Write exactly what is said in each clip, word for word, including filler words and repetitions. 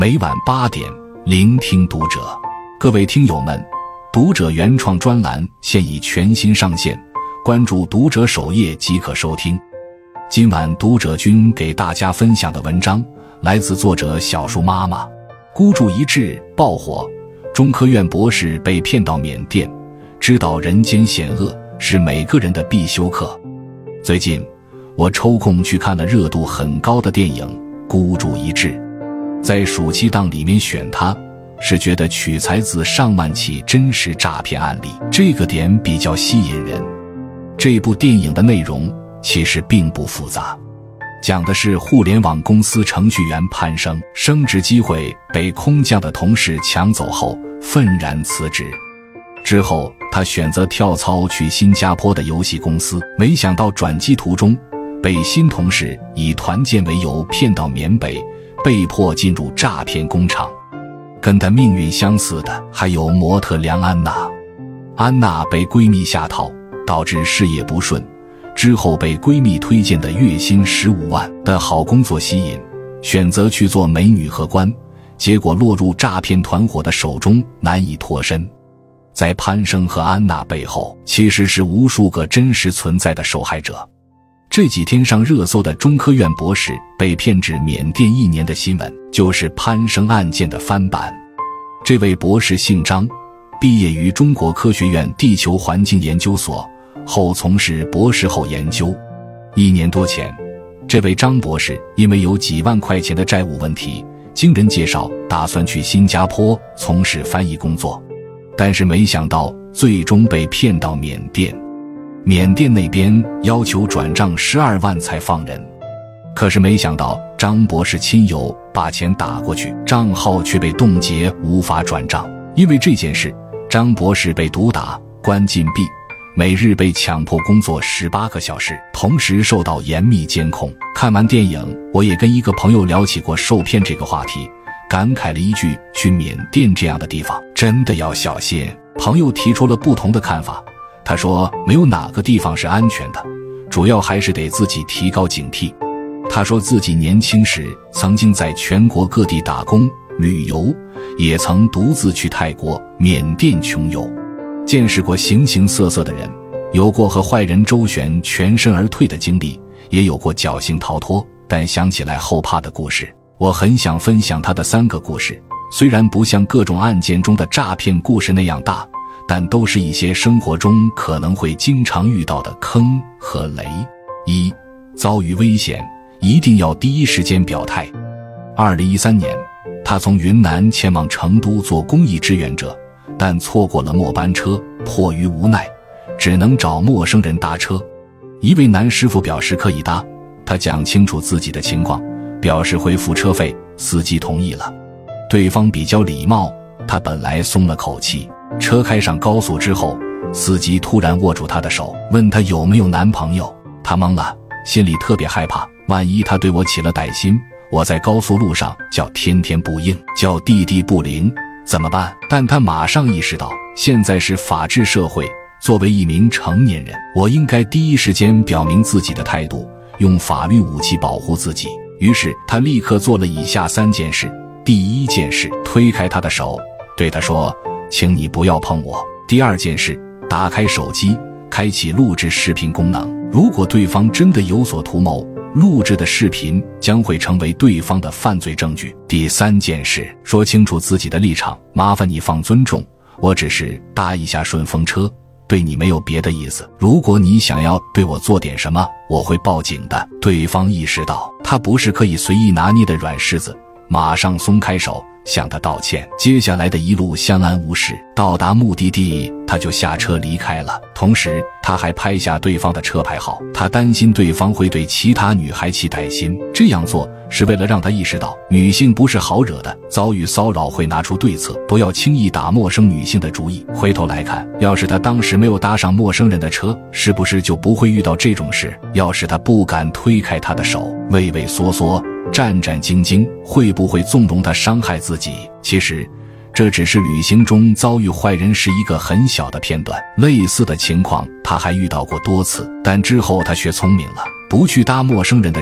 每晚八点，聆听读者。各位听友们，读者原创专栏现已全新上线，关注读者首页即可收听。今晚读者君给大家分享的文章来自作者小树妈妈。孤注一掷爆火，中科院博士被骗到缅甸，知道人间险恶是每个人的必修课。最近我抽空去看了热度很高的电影《孤注一掷》，在暑期档里面选它，是觉得取材自上万起真实诈骗案例，这个点比较吸引人。这部电影的内容其实并不复杂，讲的是互联网公司程序员潘生升职机会被空降的同事抢走后愤然辞职，之后他选择跳槽去新加坡的游戏公司，没想到转机途中被新同事以团建为由骗到缅北，被迫进入诈骗工厂。跟他命运相似的还有模特梁安娜。安娜被闺蜜下套，导致事业不顺，之后被闺蜜推荐的月薪十五万的好工作吸引，选择去做美女荷官，结果落入诈骗团伙的手中，难以脱身。在潘生和安娜背后，其实是无数个真实存在的受害者。这几天上热搜的中科院博士被骗至缅甸一年的新闻，就是潘生案件的翻版。这位博士姓张，毕业于中国科学院地球环境研究所，后从事博士后研究。一年多前，这位张博士因为有几万块钱的债务问题，经人介绍打算去新加坡从事翻译工作，但是没想到最终被骗到缅甸。缅甸那边要求转账十二万才放人，可是没想到张博士亲友把钱打过去，账号却被冻结，无法转账。因为这件事，张博士被毒打、关禁闭，每日被强迫工作十八个小时，同时受到严密监控。看完电影，我也跟一个朋友聊起过受骗这个话题，感慨了一句，去缅甸这样的地方真的要小心。朋友提出了不同的看法，他说没有哪个地方是安全的，主要还是得自己提高警惕。他说自己年轻时曾经在全国各地打工旅游，也曾独自去泰国、缅甸穷游，见识过形形色色的人，有过和坏人周旋全身而退的经历，也有过侥幸逃脱但想起来后怕的故事。我很想分享他的三个故事，虽然不像各种案件中的诈骗故事那样大，但都是一些生活中可能会经常遇到的坑和雷。一、遭遇危险一定要第一时间表态。二零一三年，他从云南前往成都做公益志愿者，但错过了末班车，迫于无奈只能找陌生人搭车。一位男师傅表示可以搭，他讲清楚自己的情况，表示会付车费，司机同意了。对方比较礼貌，他本来松了口气。车开上高速之后，司机突然握住他的手，问他有没有男朋友。他懵了，心里特别害怕，万一他对我起了歹心，我在高速路上叫天天不应，叫地地不灵，怎么办？但他马上意识到，现在是法治社会，作为一名成年人，我应该第一时间表明自己的态度，用法律武器保护自己。于是他立刻做了以下三件事。第一件事，推开他的手，对他说，请你不要碰我。第二件事，打开手机，开启录制视频功能，如果对方真的有所图谋，录制的视频将会成为对方的犯罪证据。第三件事，说清楚自己的立场，麻烦你放尊重，我只是搭一下顺风车，对你没有别的意思，如果你想要对我做点什么，我会报警的。对方意识到他不是可以随意拿捏的软柿子，马上松开手，向他道歉。接下来的一路相安无事，到达目的地他就下车离开了，同时他还拍下对方的车牌号，他担心对方会对其他女孩起歹心，这样做是为了让他意识到女性不是好惹的，遭遇骚扰会拿出对策，不要轻易打陌生女性的主意。回头来看，要是他当时没有搭上陌生人的车，是不是就不会遇到这种事？要是他不敢推开他的手，畏畏缩缩战战兢兢，会不会纵容他伤害自己？其实这只是旅行中遭遇坏人是一个很小的片段，类似的情况他还遇到过多次，但之后他学聪明了，不去搭陌生人的车，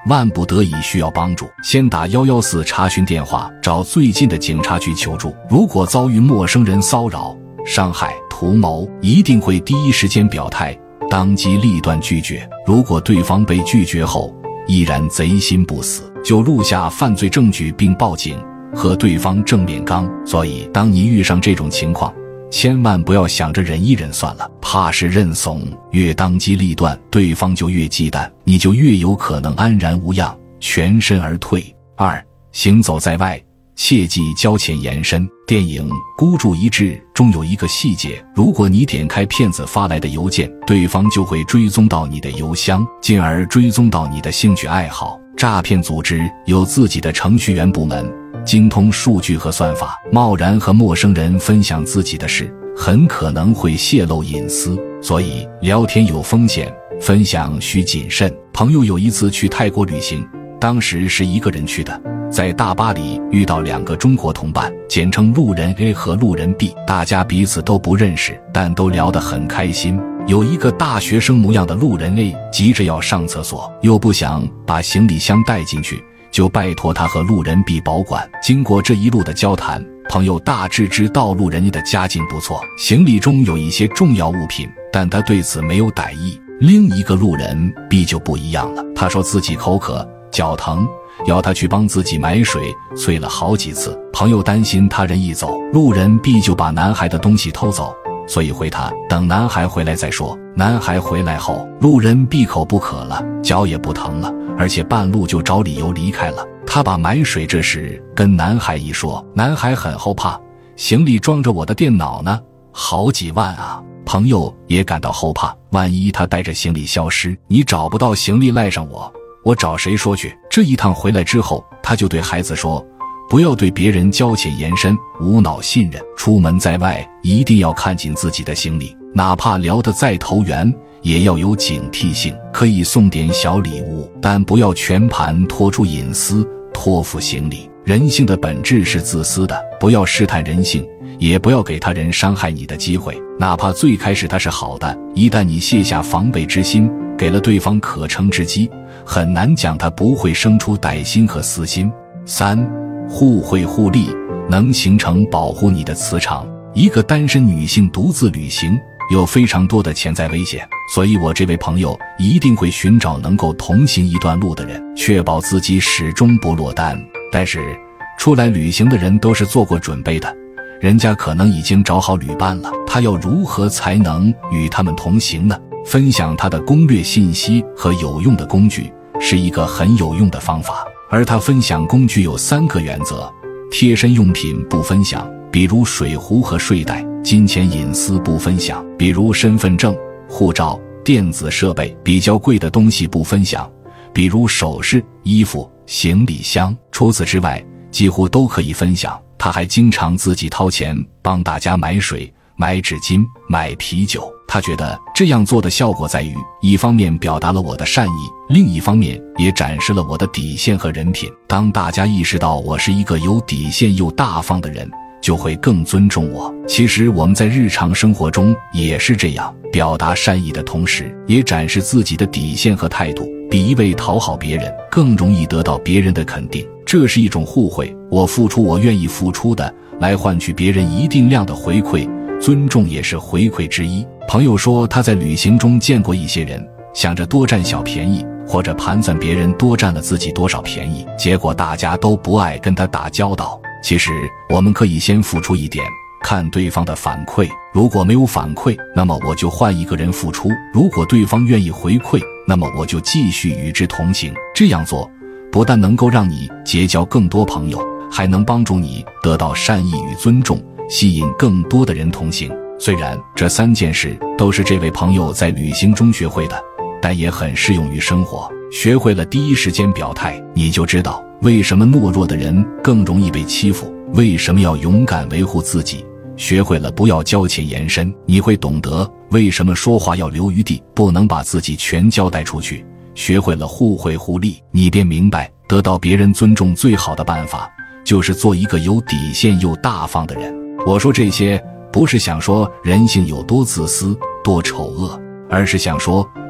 万不得已需要帮助，先打一一四查询电话，找最近的警察局求助。如果遭遇陌生人骚扰、伤害、图谋，一定会第一时间表态，当机立断拒绝。如果对方被拒绝后依然贼心不死，就录下犯罪证据并报警，和对方正面刚。所以当你遇上这种情况，千万不要想着忍一忍算了，怕是认怂，越当机立断，对方就越忌惮，你就越有可能安然无恙，全身而退。二、行走在外，切忌交浅言深。电影《孤注一掷》中有一个细节，如果你点开骗子发来的邮件，对方就会追踪到你的邮箱，进而追踪到你的兴趣爱好。诈骗组织有自己的程序员部门，精通数据和算法，贸然和陌生人分享自己的事，很可能会泄露隐私，所以聊天有风险，分享需谨慎。朋友有一次去泰国旅行，当时是一个人去的，在大巴里遇到两个中国同伴，简称路人 A 和路人 B， 大家彼此都不认识，但都聊得很开心。有一个大学生模样的路人 A 急着要上厕所，又不想把行李箱带进去，就拜托他和路人 B 保管。经过这一路的交谈，朋友大致知道路人 A 的家境不错，行李中有一些重要物品，但他对此没有歹意。另一个路人 B 就不一样了，他说自己口渴、脚疼，要他去帮自己买水，催了好几次。朋友担心他人一走，路人 B 就把男孩的东西偷走，所以回他等男孩回来再说。男孩回来后，路人 B 口不渴了，脚也不疼了，而且半路就找理由离开了。他把买水这事跟男孩一说，男孩很后怕，行李装着我的电脑呢，好几万啊。朋友也感到后怕，万一他带着行李消失，你找不到行李赖上我，我找谁说去？这一趟回来之后，他就对孩子说，不要对别人交浅言深，无脑信任，出门在外一定要看紧自己的行李，哪怕聊得再投缘，也要有警惕性。可以送点小礼物，但不要全盘托出隐私，托付行李。人性的本质是自私的，不要试探人性，也不要给他人伤害你的机会。哪怕最开始他是好的，一旦你卸下防备之心，给了对方可乘之机，很难讲他不会生出歹心和私心。三、互惠互利，能形成保护你的磁场。一个单身女性独自旅行，有非常多的潜在危险，所以我这位朋友一定会寻找能够同行一段路的人，确保自己始终不落单。但是出来旅行的人都是做过准备的，人家可能已经找好旅伴了，他要如何才能与他们同行呢？分享他的攻略信息和有用的工具是一个很有用的方法，而他分享工具有三个原则：贴身用品不分享，比如水壶和睡袋；金钱隐私不分享，比如身份证、护照；电子设备比较贵的东西不分享，比如首饰、衣服、行李箱。除此之外，几乎都可以分享。他还经常自己掏钱帮大家买水、买纸巾、买啤酒。他觉得这样做的效果在于，一方面表达了我的善意，另一方面也展示了我的底线和人品。当大家意识到我是一个有底线又大方的人，就会更尊重我。其实我们在日常生活中也是这样，表达善意的同时，也展示自己的底线和态度，比一味讨好别人更容易得到别人的肯定。这是一种互惠，我付出我愿意付出的，来换取别人一定量的回馈，尊重也是回馈之一。朋友说他在旅行中见过一些人，想着多占小便宜，或者盘算别人多占了自己多少便宜，结果大家都不爱跟他打交道。其实我们可以先付出一点，看对方的反馈，如果没有反馈，那么我就换一个人付出，如果对方愿意回馈，那么我就继续与之同行。这样做不但能够让你结交更多朋友，还能帮助你得到善意与尊重，吸引更多的人同行。虽然这三件事都是这位朋友在旅行中学会的，但也很适用于生活。学会了第一时间表态，你就知道为什么懦弱的人更容易被欺负，为什么要勇敢维护自己。学会了不要交浅言深，你会懂得为什么说话要留余地，不能把自己全交代出去。学会了互惠互利，你便明白得到别人尊重最好的办法就是做一个有底线又大方的人。我说这些不是想说人性有多自私多丑恶，而是想说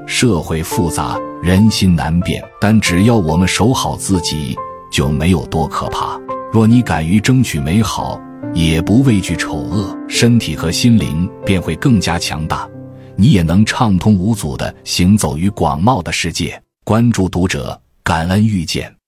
社会复杂，人心难辨，但只要我们守好自己，就没有多可怕。若你敢于争取美好，也不畏惧丑恶，身体和心灵便会更加强大，你也能畅通无阻地行走于广袤的世界。关注读者，感恩遇见。